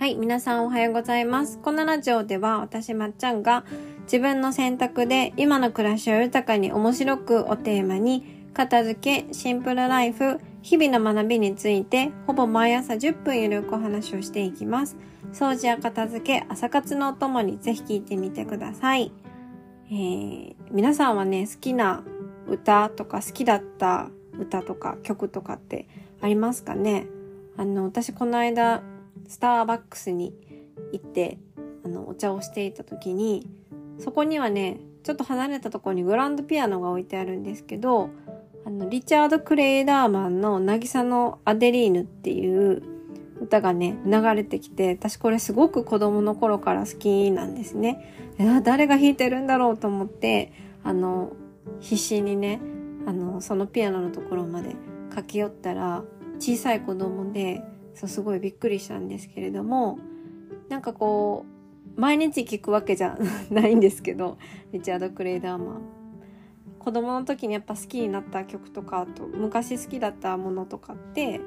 はい、皆さんおはようございます。このラジオでは私まっちゃんが自分の選択で今の暮らしを豊かに面白くをテーマに片付け、シンプルライフ、日々の学びについてほぼ毎朝10分ゆるくお話をしていきます。掃除や片付け、朝活のお供にぜひ聞いてみてください。皆さんはね、好きな歌とか好きだった歌とか曲とかってありますかね？私この間スターバックスに行ってお茶をしていた時に、そこにはねちょっと離れたところにグランドピアノが置いてあるんですけど、リチャード・クレイダーマンの渚のアデリーヌっていう歌がね流れてきて、私これすごく子供の頃から好きなんですね。誰が弾いてるんだろうと思って必死にねそのピアノのところまで駆け寄ったら、小さい子供ですごいびっくりしたんですけれども、なんかこう毎日聴くわけじゃないんですけど、リチャード・クレイダーマン子供の時にやっぱ好きになった曲とか、あと昔好きだったものとかって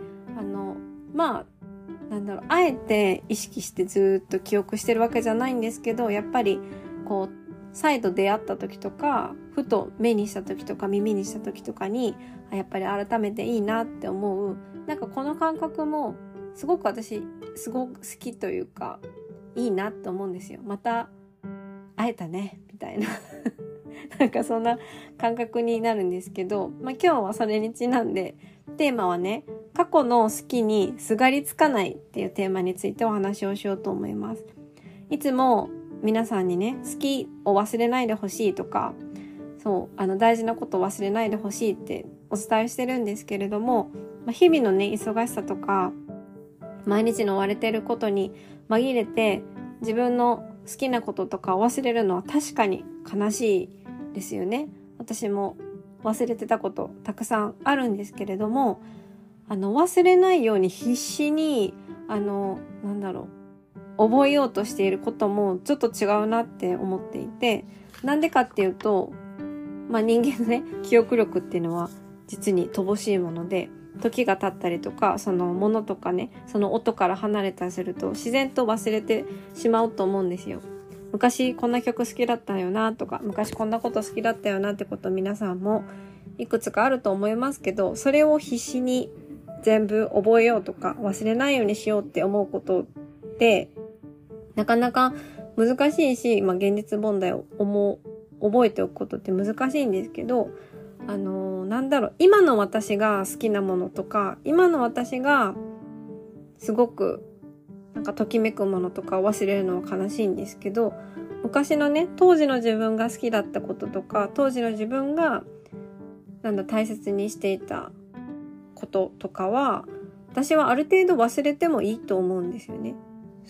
あえて意識してずっと記憶してるわけじゃないんですけど、やっぱりこう再度出会った時とか、ふと目にした時とか耳にした時とかにやっぱり改めていいなって思う、なんかこの感覚もすごく私すごく好きというか、いいなって思うんですよ。また会えたねみたいななんかそんな感覚になるんですけど、今日はそれにちなんでテーマはね、過去の好きにすがりつかないっていうテーマについてお話をしようと思います。いつも皆さんにね、好きを忘れないでほしいとか、大事なことを忘れないでほしいってお伝えしてるんですけれども、日々のね忙しさとか毎日の追われてることに紛れて自分の好きなこととかを忘れるのは確かに悲しいですよね。私も忘れてたことたくさんあるんですけれども、忘れないように必死に覚えようとしていることもちょっと違うなって思っていて、なんでかっていうと、人間のね記憶力っていうのは実に乏しいもので、時が経ったりとか、そのものとかね、その音から離れたりすると自然と忘れてしまうと思うんですよ。昔こんな曲好きだったよなとか、昔こんなこと好きだったよなってこと皆さんもいくつかあると思いますけど、それを必死に全部覚えようとか忘れないようにしようって思うことってなかなか難しいし、現実問題を覚えておくことって難しいんですけど、今の私が好きなものとか、今の私がすごくときめくものとかを忘れるのは悲しいんですけど、昔のね、当時の自分が好きだったこととか、当時の自分が大切にしていたこととかは、私はある程度忘れてもいいと思うんですよね。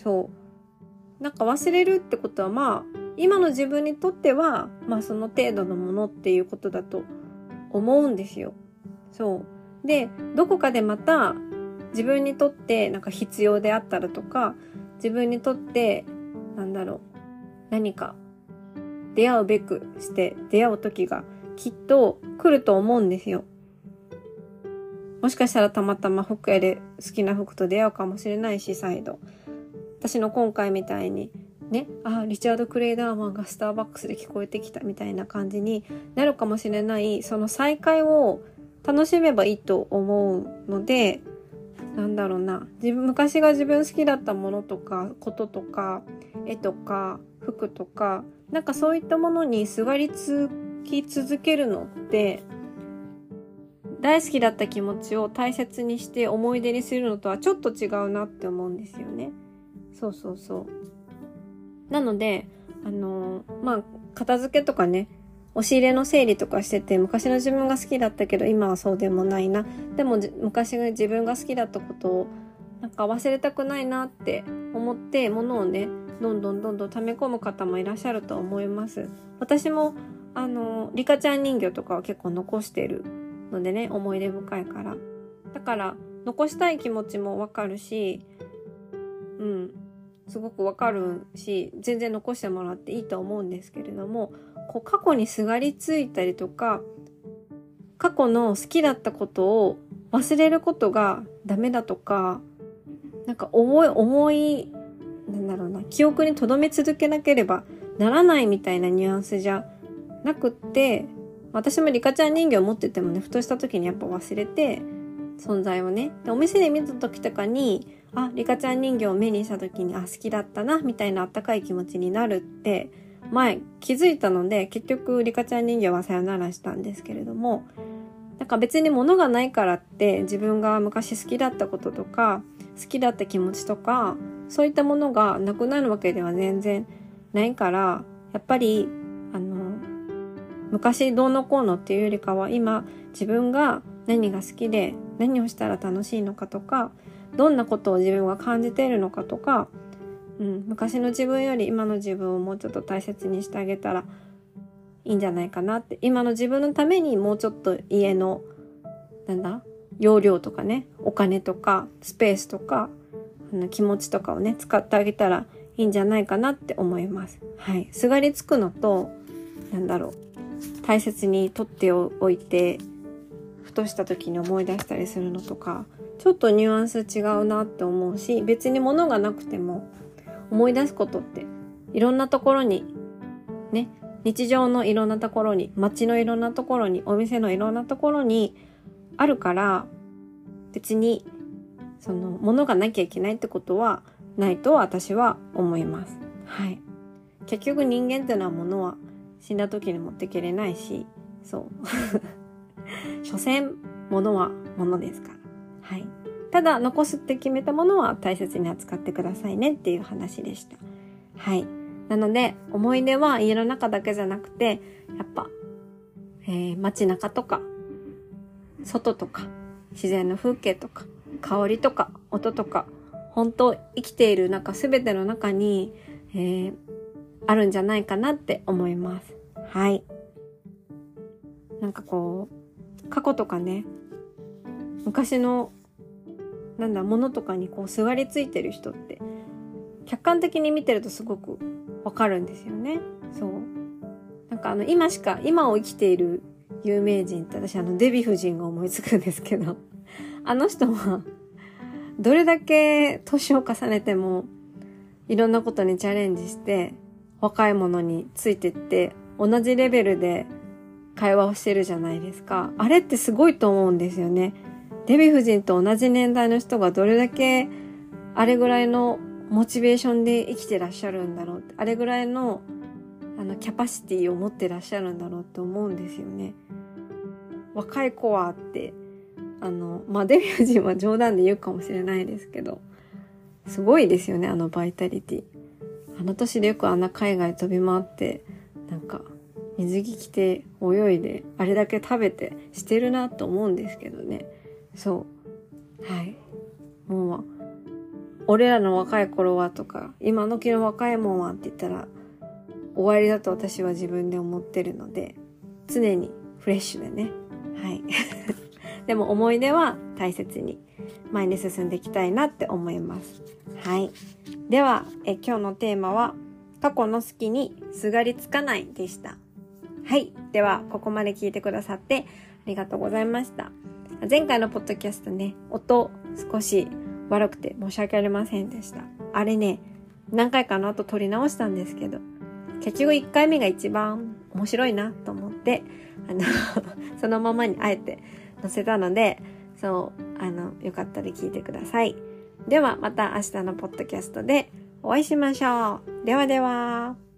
忘れるってことは今の自分にとってはその程度のものっていうことだと思うんですよ。で、どこかでまた自分にとって必要であったらとか、自分にとって何か出会うべくして出会う時がきっと来ると思うんですよ。もしかしたらたまたま服屋で好きな服と出会うかもしれないし、再度私の今回みたいにね、リチャード・クレイダーマンがスターバックスで聞こえてきたみたいな感じになるかもしれない、その再会を楽しめばいいと思うので、昔が自分好きだったものとかこととか絵とか服とかそういったものにすがりつき続けるのって、大好きだった気持ちを大切にして思い出にするのとはちょっと違うなって思うんですよね。なので片付けとかね、押し入れの整理とかしてて、昔の自分が好きだったけど今はそうでもないな、でも昔が自分が好きだったことを忘れたくないなって思って物をねどんどん溜め込む方もいらっしゃると思います。私もリカちゃん人形とかは結構残してるのでね、思い出深いから、だから残したい気持ちもわかるし、すごくわかるし、全然残してもらっていいと思うんですけれども、過去にすがりついたりとか、過去の好きだったことを忘れることがダメだとか、思い記憶に留め続けなければならないみたいなニュアンスじゃなくって、私もリカちゃん人形を持っててもね、ふとした時にやっぱ忘れて、存在をね。で、お店で見た時とかに、リカちゃん人形を目にした時に、好きだったな、みたいなあったかい気持ちになるって、前気づいたので、結局リカちゃん人形はさよならしたんですけれども、なんか別に物がないからって自分が昔好きだったこととか、好きだった気持ちとか、そういったものがなくなるわけでは全然ないから、やっぱり、昔どうのこうのっていうよりかは、今自分が何が好きで何をしたら楽しいのかとか、どんなことを自分が感じているのかとか、昔の自分より今の自分をもうちょっと大切にしてあげたらいいんじゃないかなって、今の自分のためにもうちょっと家の容量とかね、お金とかスペースとか気持ちとかをね使ってあげたらいいんじゃないかなって思います。はい、すがりつくのと大切に取っておいてふとした時に思い出したりするのとか、ちょっとニュアンス違うなって思うし、別に物がなくても思い出すことっていろんなところにね、日常のいろんなところに、街のいろんなところに、お店のいろんなところにあるから、別にその物がなきゃいけないってことはないと私は思います。はい。結局人間っていうのは物は死んだ時に持ってけれないし、そう所詮物は物ですから。はい。ただ残すって決めたものは大切に扱ってくださいねっていう話でした。はい。なので思い出は家の中だけじゃなくて、やっぱ、街中とか外とか自然の風景とか香りとか音とか、本当生きている中全ての中に、あるんじゃないかなって思います。はい。なんかこう過去とかね、昔のものとかにこうすがりついてる人って客観的に見てるとすごくわかるんですよね。そう。なんか今を生きている有名人って私デヴィ夫人が思いつくんですけど、あの人はどれだけ年を重ねてもいろんなことにチャレンジして若い者についてって同じレベルで会話をしてるじゃないですか。あれってすごいと思うんですよね。デヴィ夫人と同じ年代の人がどれだけあれぐらいのモチベーションで生きてらっしゃるんだろうって、あれぐらいのキャパシティを持ってらっしゃるんだろうって思うんですよね。若い子はってデヴィ夫人は冗談で言うかもしれないですけど、すごいですよね、バイタリティ。年でよく海外飛び回って水着着て泳いであれだけ食べてしてるなと思うんですけどね。そう。はい。もう俺らの若い頃はとか今のの若いもんはって言ったら終わりだと私は自分で思ってるので、常にフレッシュでね。はい。でも思い出は大切に前に進んでいきたいなって思います。はい。では今日のテーマは過去の好きにすがりつかないでした。はい。ではここまで聞いてくださってありがとうございました。前回のポッドキャストね、音少し悪くて申し訳ありませんでした。あれね、何回かの後撮り直したんですけど、結局1回目が一番面白いなと思ってそのままにあえて載せたので、よかったら聞いてください。ではまた明日のポッドキャストでお会いしましょう。ではでは。